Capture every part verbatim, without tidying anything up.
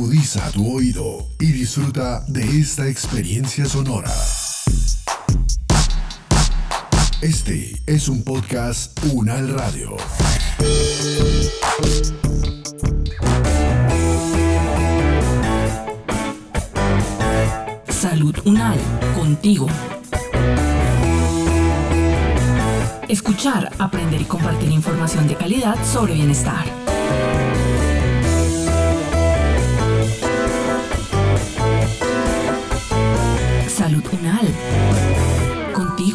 Agudiza tu oído y disfruta de esta experiencia sonora. Este es un podcast Unal Radio. Salud Unal, contigo. Escuchar, aprender y compartir información de calidad sobre bienestar. Salud Unal, contigo.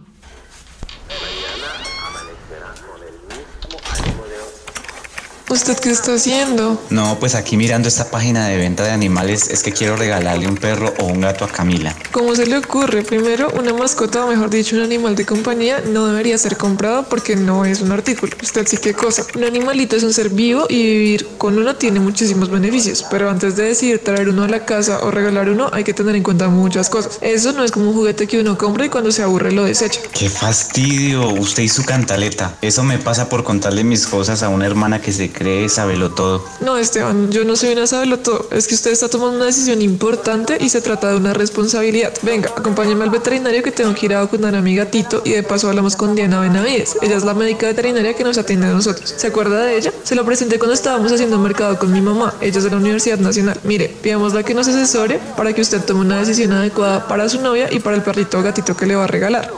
¿Usted qué está haciendo? No, pues aquí mirando esta página de venta de animales es que quiero regalarle un perro o un gato a Camila. ¿Cómo se le ocurre? Primero, una mascota, o mejor dicho, un animal de compañía no debería ser comprado porque no es un artículo. Usted sí qué cosa. Un animalito es un ser vivo y vivir con uno tiene muchísimos beneficios, pero antes de decidir traer uno a la casa o regalar uno hay que tener en cuenta muchas cosas. Eso no es como un juguete que uno compra y cuando se aburre lo desecha. ¡Qué fastidio! Usted y su cantaleta. Eso me pasa por contarle mis cosas a una hermana que se cree sabelo todo. No, Esteban, yo no soy una sabelo todo. Es que usted está tomando una decisión importante y se trata de una responsabilidad. Venga, acompáñeme al veterinario que tengo que ir a vacunar a mi gatito y de paso hablamos con Diana Benavides. Ella es la médica veterinaria que nos atiende a nosotros. ¿Se acuerda de ella? Se lo presenté cuando estábamos haciendo mercado con mi mamá. Ella es de la Universidad Nacional. Mire, pidámosla que nos asesore para que usted tome una decisión adecuada para su novia y para el perrito o gatito que le va a regalar.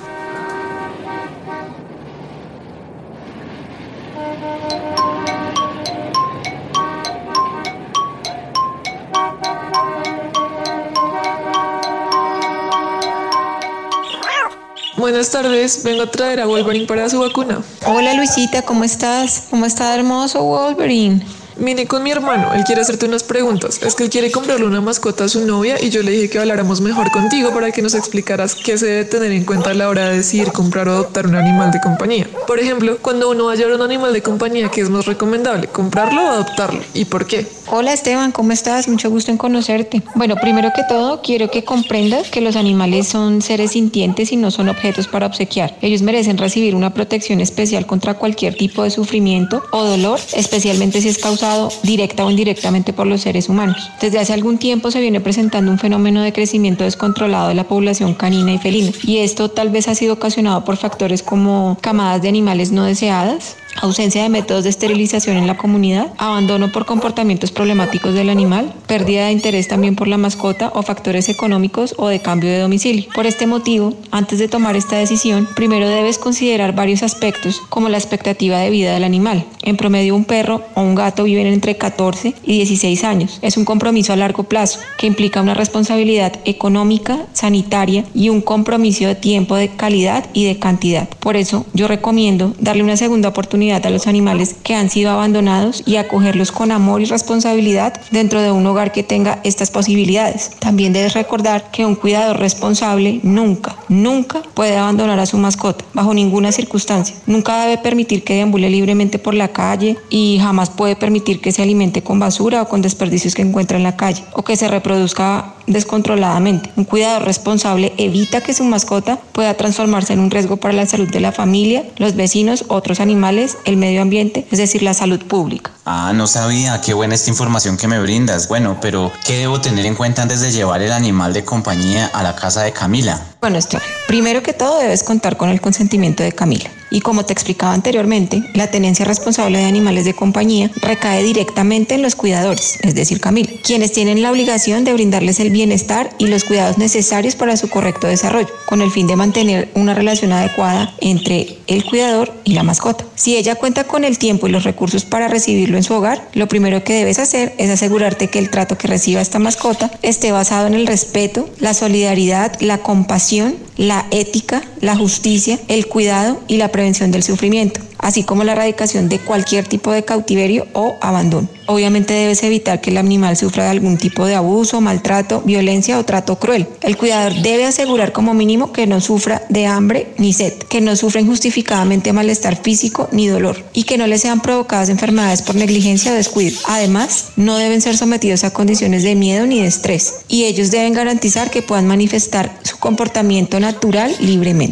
Buenas tardes, vengo a traer a Wolverine para su vacuna. Hola Luisita, ¿cómo estás? ¿Cómo está hermoso Wolverine? Vine con mi hermano, él quiere hacerte unas preguntas. Es que él quiere comprarle una mascota a su novia y yo le dije que habláramos mejor contigo para que nos explicaras qué se debe tener en cuenta a la hora de decidir comprar o adoptar un animal de compañía. Por ejemplo, cuando uno va a llevar un animal de compañía, ¿qué es más recomendable? ¿Comprarlo o adoptarlo? ¿Y por qué? Hola Esteban, ¿cómo estás? Mucho gusto en conocerte. Bueno, primero que todo, quiero que comprendas que los animales son seres sintientes y no son objetos para obsequiar. Ellos merecen recibir una protección especial contra cualquier tipo de sufrimiento o dolor, especialmente si es causado directa o indirectamente por los seres humanos. Desde hace algún tiempo se viene presentando un fenómeno de crecimiento descontrolado de la población canina y felina, y esto tal vez ha sido ocasionado por factores como camadas de animales no deseadas, ausencia de métodos de esterilización en la comunidad, abandono por comportamientos problemáticos del animal, pérdida de interés también por la mascota o factores económicos o de cambio de domicilio. Por este motivo, antes de tomar esta decisión, primero debes considerar varios aspectos como la expectativa de vida del animal. En promedio, un perro o un gato viven entre catorce y dieciséis años. Es un compromiso a largo plazo que implica una responsabilidad económica, sanitaria y un compromiso de tiempo de calidad y de cantidad. Por eso, yo recomiendo darle una segunda oportunidad a los animales que han sido abandonados y acogerlos con amor y responsabilidad dentro de un hogar que tenga estas posibilidades. También debes recordar que un cuidador responsable nunca, nunca puede abandonar a su mascota bajo ninguna circunstancia. Nunca debe permitir que deambule libremente por la calle y jamás puede permitir que se alimente con basura o con desperdicios que encuentra en la calle o que se reproduzca descontroladamente. Un cuidador responsable evita que su mascota pueda transformarse en un riesgo para la salud de la familia, los vecinos, otros animales, el medio ambiente, es decir, la salud pública. Ah, no sabía. Qué buena esta información que me brindas. Bueno, pero ¿qué debo tener en cuenta antes de llevar el animal de compañía a la casa de Camila? Bueno, Esteban, primero que todo debes contar con el consentimiento de Camila. Y como te explicaba anteriormente, la tenencia responsable de animales de compañía recae directamente en los cuidadores, es decir, Camila, quienes tienen la obligación de brindarles el bienestar y los cuidados necesarios para su correcto desarrollo, con el fin de mantener una relación adecuada entre el cuidador y la mascota. Si ella cuenta con el tiempo y los recursos para recibirlo en su hogar, lo primero que debes hacer es asegurarte que el trato que reciba esta mascota esté basado en el respeto, la solidaridad, la compasión, la ética, la justicia, el cuidado y la prevención del sufrimiento, así como la erradicación de cualquier tipo de cautiverio o abandono. Obviamente debes evitar que el animal sufra de algún tipo de abuso, maltrato, violencia o trato cruel. El cuidador debe asegurar como mínimo que no sufra de hambre ni sed, que no sufra injustificadamente malestar físico ni dolor y que no le sean provocadas enfermedades por negligencia o descuido. Además, no deben ser sometidos a condiciones de miedo ni de estrés y ellos deben garantizar que puedan manifestar su comportamiento natural libremente.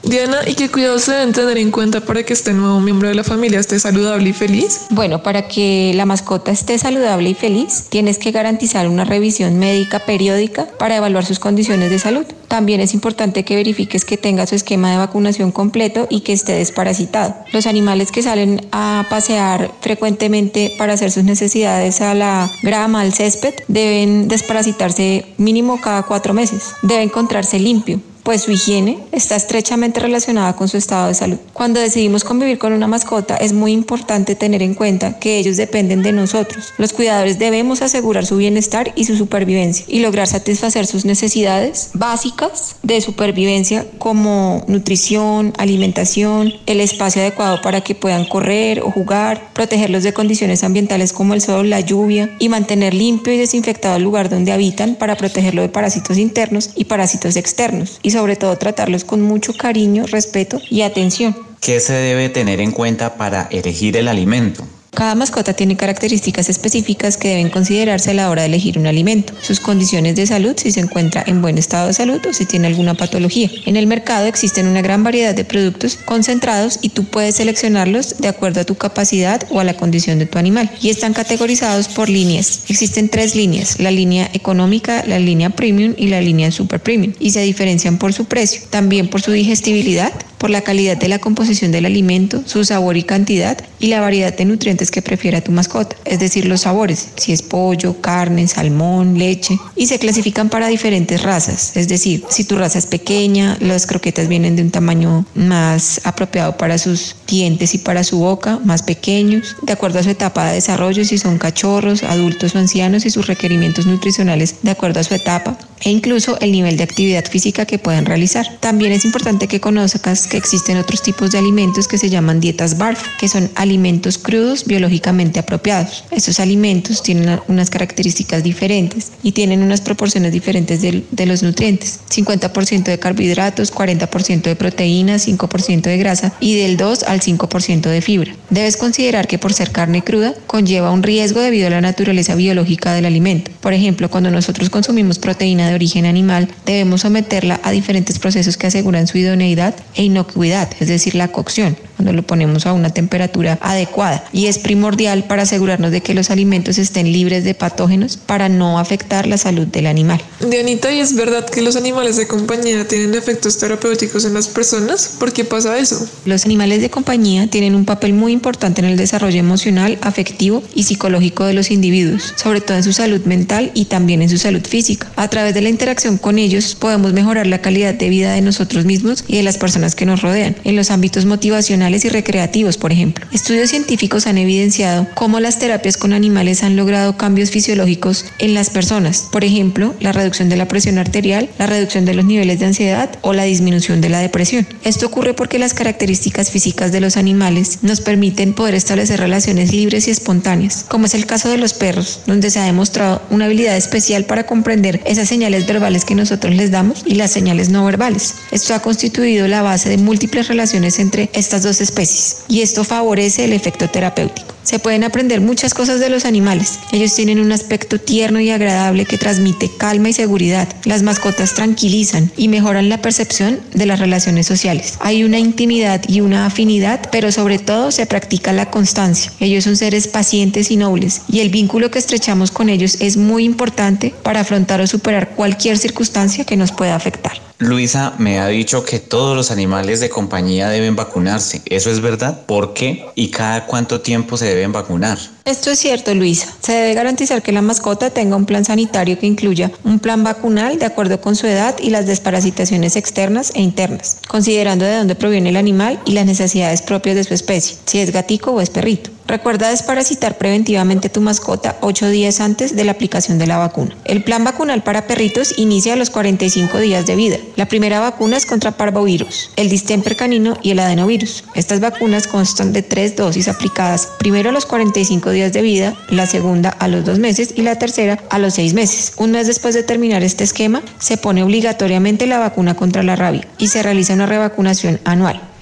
Diana, ¿y qué cuidados se deben tener en cuenta para que este nuevo miembro de la familia esté saludable y feliz? Bueno, para que la mascota esté saludable y feliz, tienes que garantizar una revisión médica periódica para evaluar sus condiciones de salud. También es importante que verifiques que tenga su esquema de vacunación completo y que esté desparasitado. Los animales que salen a pasear frecuentemente para hacer sus necesidades a la grama, al césped, deben desparasitarse mínimo cada cuatro meses. Debe encontrarse limpio, pues su higiene está estrechamente relacionada con su estado de salud. Cuando decidimos convivir con una mascota, es muy importante tener en cuenta que ellos dependen de nosotros. Los cuidadores debemos asegurar su bienestar y su supervivencia y lograr satisfacer sus necesidades básicas de supervivencia como nutrición, alimentación, el espacio adecuado para que puedan correr o jugar, protegerlos de condiciones ambientales como el sol, la lluvia y mantener limpio y desinfectado el lugar donde habitan para protegerlo de parásitos internos y parásitos externos. Y sobre todo tratarlos con mucho cariño, respeto y atención. ¿Qué se debe tener en cuenta para elegir el alimento? Cada mascota tiene características específicas que deben considerarse a la hora de elegir un alimento. Sus condiciones de salud, si se encuentra en buen estado de salud o si tiene alguna patología. En el mercado existen una gran variedad de productos concentrados y tú puedes seleccionarlos de acuerdo a tu capacidad o a la condición de tu animal. Y están categorizados por líneas. Existen tres líneas, la línea económica, la línea premium y la línea super premium. Y se diferencian por su precio, también por su digestibilidad, por la calidad de la composición del alimento, su sabor y cantidad y la variedad de nutrientes que prefiera tu mascota, es decir, los sabores, si es pollo, carne, salmón, leche, y se clasifican para diferentes razas, es decir, si tu raza es pequeña, las croquetas vienen de un tamaño más apropiado para sus dientes y para su boca, más pequeños, de acuerdo a su etapa de desarrollo, si son cachorros, adultos o ancianos y sus requerimientos nutricionales de acuerdo a su etapa, e incluso el nivel de actividad física que puedan realizar. También es importante que conozcas que existen otros tipos de alimentos que se llaman dietas B A R F, que son alimentos crudos biológicamente apropiados. Estos alimentos tienen unas características diferentes y tienen unas proporciones diferentes de, de los nutrientes. cincuenta por ciento de carbohidratos, cuarenta por ciento de proteínas, cinco por ciento de grasa y del dos al cinco por ciento de fibra. Debes considerar que por ser carne cruda conlleva un riesgo debido a la naturaleza biológica del alimento. Por ejemplo, cuando nosotros consumimos proteína de origen animal, debemos someterla a diferentes procesos que aseguran su idoneidad e inocuidad, es decir, la cocción, cuando lo ponemos a una temperatura adecuada. Y es primordial para asegurarnos de que los alimentos estén libres de patógenos para no afectar la salud del animal. Dianita, ¿y es verdad que los animales de compañía tienen efectos terapéuticos en las personas? ¿Por qué pasa eso? Los animales de compañía tienen un papel muy importante en el desarrollo emocional, afectivo y psicológico de los individuos, sobre todo en su salud mental y también en su salud física. A través de la interacción con ellos podemos mejorar la calidad de vida de nosotros mismos y de las personas que nos rodean, en los ámbitos motivacionales y recreativos, por ejemplo. Estudios científicos han evidenciado cómo las terapias con animales han logrado cambios fisiológicos en las personas, por ejemplo, la reducción de la presión arterial, la reducción de los niveles de ansiedad o la disminución de la depresión. Esto ocurre porque las características físicas de los animales nos permiten poder establecer relaciones libres y espontáneas, como es el caso de los perros, donde se ha demostrado una habilidad especial para comprender esas señales verbales que nosotros les damos y las señales no verbales. Esto ha constituido la base de múltiples relaciones entre estas dos especies y esto favorece el efecto terapéutico. Se pueden aprender muchas cosas de los animales. Ellos tienen un aspecto tierno y agradable que transmite calma y seguridad. Las mascotas tranquilizan y mejoran la percepción de las relaciones sociales. Hay una intimidad y una afinidad, pero sobre todo se practica la constancia. Ellos son seres pacientes y nobles y el vínculo que estrechamos con ellos es muy importante para afrontar o superar cualquier circunstancia que nos pueda afectar. Luisa me ha dicho que todos los animales de compañía deben vacunarse. ¿Eso es verdad? ¿Por qué? ¿Y cada cuánto tiempo se deben vacunar? Esto es cierto, Luisa. Se debe garantizar que la mascota tenga un plan sanitario que incluya un plan vacunal de acuerdo con su edad y las desparasitaciones externas e internas, considerando de dónde proviene el animal y las necesidades propias de su especie, si es gatico o es perrito. Recuerda desparasitar preventivamente tu mascota ocho días antes de la aplicación de la vacuna. El plan vacunal para perritos inicia a los cuarenta y cinco días de vida. La primera vacuna es contra parvovirus, el distemper canino y el adenovirus. Estas vacunas constan de tres dosis aplicadas primero a los cuarenta y cinco días de vida, la segunda a los dos meses y la tercera a los seis meses. Un mes después de terminar este esquema, se pone obligatoriamente la vacuna contra la rabia y se realiza una revacunación anual.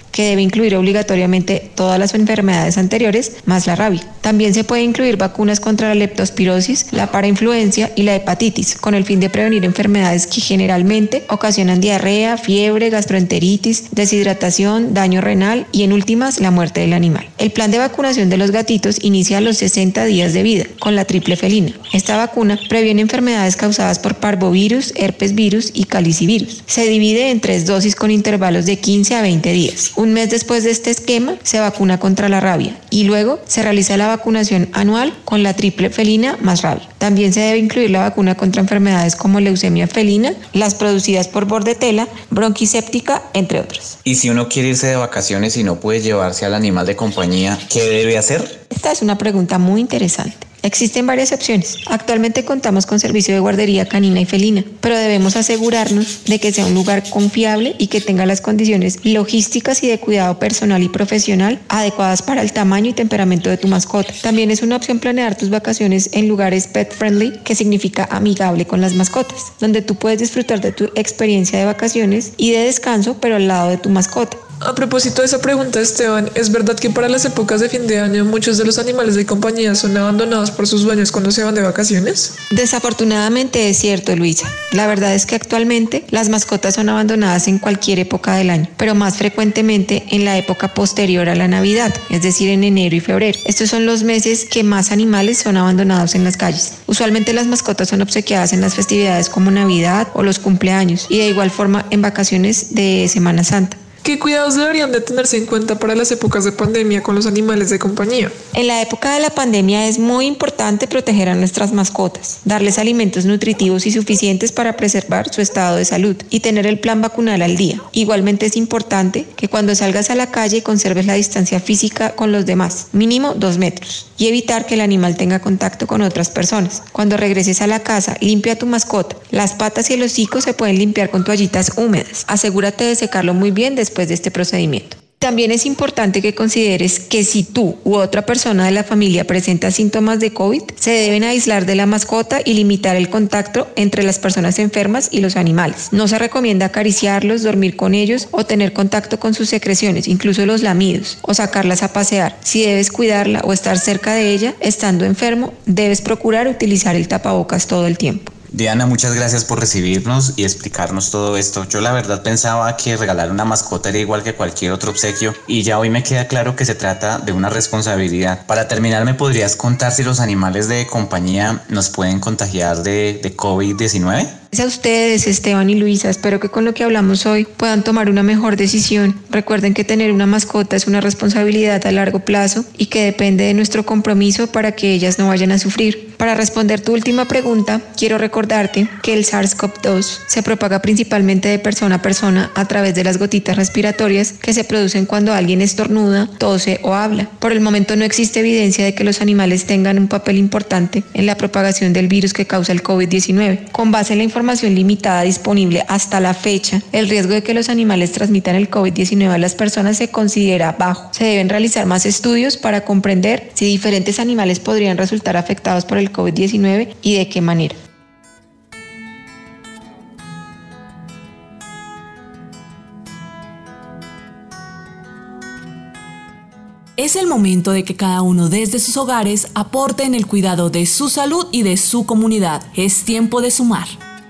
que debe incluir obligatoriamente todas las enfermedades anteriores más la rabia. También se puede incluir vacunas contra la leptospirosis, la parainfluencia y la hepatitis, con el fin de prevenir enfermedades que generalmente ocasionan diarrea, fiebre, gastroenteritis, deshidratación, daño renal y en últimas la muerte del animal. El plan de vacunación de los gatitos inicia a los sesenta días de vida con la triple felina. Esta vacuna previene enfermedades causadas por parvovirus, herpes virus y calicivirus. Se divide en tres dosis con intervalos de quince a veinte días. Un mes después de este esquema se vacuna contra la rabia y luego se realiza la vacunación anual con la triple felina más rabia. También se debe incluir la vacuna contra enfermedades como leucemia felina, las producidas por bordetela, bronquiséptica, entre otras. Y si uno quiere irse de vacaciones y no puede llevarse al animal de compañía, ¿qué debe hacer? Esta es una pregunta muy interesante. Existen varias opciones. Actualmente contamos con servicio de guardería canina y felina, pero debemos asegurarnos de que sea un lugar confiable y que tenga las condiciones logísticas y de cuidado personal y profesional adecuadas para el tamaño y temperamento de tu mascota. También es una opción planear tus vacaciones en lugares pet friendly, que significa amigable con las mascotas, donde tú puedes disfrutar de tu experiencia de vacaciones y de descanso, pero al lado de tu mascota. A propósito de esa pregunta, Esteban, ¿es verdad que para las épocas de fin de año muchos de los animales de compañía son abandonados por sus dueños cuando se van de vacaciones? Desafortunadamente es cierto, Luisa. La verdad es que actualmente las mascotas son abandonadas en cualquier época del año, pero más frecuentemente en la época posterior a la Navidad, es decir, en enero y febrero. Estos son los meses que más animales son abandonados en las calles. Usualmente las mascotas son obsequiadas en las festividades como Navidad o los cumpleaños y de igual forma en vacaciones de Semana Santa. ¿Qué cuidados deberían de tenerse en cuenta para las épocas de pandemia con los animales de compañía? En la época de la pandemia es muy importante proteger a nuestras mascotas, darles alimentos nutritivos y suficientes para preservar su estado de salud y tener el plan vacunal al día. Igualmente es importante que cuando salgas a la calle conserves la distancia física con los demás, mínimo dos metros, y evitar que el animal tenga contacto con otras personas. Cuando regreses a la casa, limpia a tu mascota. Las patas y el hocico se pueden limpiar con toallitas húmedas. Asegúrate de secarlo muy bien después después de este procedimiento. También es importante que consideres que si tú u otra persona de la familia presenta síntomas de COVID, se deben aislar de la mascota y limitar el contacto entre las personas enfermas y los animales. No se recomienda acariciarlos, dormir con ellos o tener contacto con sus secreciones, incluso los lamidos, o sacarlas a pasear. Si debes cuidarla o estar cerca de ella, estando enfermo, debes procurar utilizar el tapabocas todo el tiempo. Diana, muchas gracias por recibirnos y explicarnos todo esto. Yo la verdad pensaba que regalar una mascota era igual que cualquier otro obsequio y ya hoy me queda claro que se trata de una responsabilidad. Para terminar, ¿me podrías contar si los animales de compañía nos pueden contagiar de, de COVID diecinueve? A ustedes, Esteban y Luisa, espero que con lo que hablamos hoy puedan tomar una mejor decisión. Recuerden que tener una mascota es una responsabilidad a largo plazo y que depende de nuestro compromiso para que ellas no vayan a sufrir. Para responder tu última pregunta, quiero recordarte que el SARS-CoV dos se propaga principalmente de persona a persona a través de las gotitas respiratorias que se producen cuando alguien estornuda, tose o habla. Por el momento no existe evidencia de que los animales tengan un papel importante en la propagación del virus que causa el COVID diecinueve. Con base en la información información limitada disponible hasta la fecha, el riesgo de que los animales transmitan el COVID diecinueve a las personas se considera bajo. Se deben realizar más estudios para comprender si diferentes animales podrían resultar afectados por el COVID diecinueve y de qué manera. Es el momento de que cada uno desde sus hogares aporte en el cuidado de su salud y de su comunidad. Es tiempo de sumar.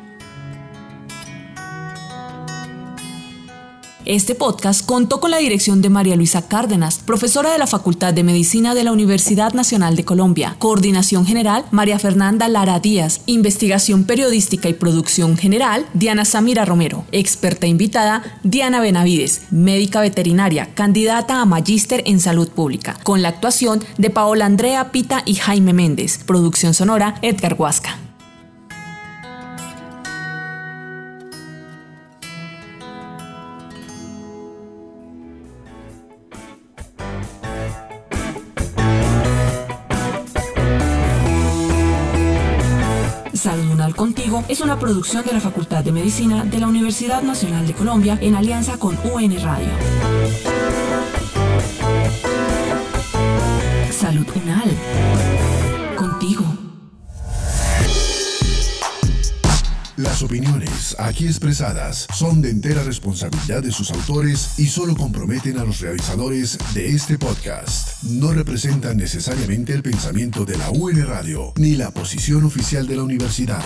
Este podcast contó con la dirección de María Luisa Cárdenas, profesora de la Facultad de Medicina de la Universidad Nacional de Colombia. Coordinación general, María Fernanda Lara Díaz. Investigación periodística y producción general, Diana Samira Romero. Experta invitada, Diana Benavides, médica veterinaria, candidata a magíster en salud pública. Con la actuación de Paola Andrea Pita y Jaime Méndez. Producción sonora, Edgar Huasca. Salud Munal Contigo es una producción de la Facultad de Medicina de la Universidad Nacional de Colombia en alianza con U N Radio. Salud Munal Contigo. La Las opiniones aquí expresadas son de entera responsabilidad de sus autores y solo comprometen a los realizadores de este podcast. No representan necesariamente el pensamiento de la U N Radio ni la posición oficial de la universidad.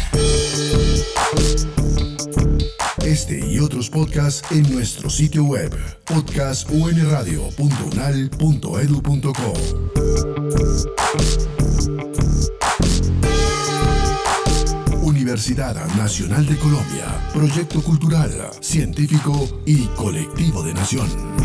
Este y otros podcasts en nuestro sitio web podcast u n radio punto unal punto e d u punto co. Universidad Nacional de Colombia, proyecto cultural, científico y colectivo de nación.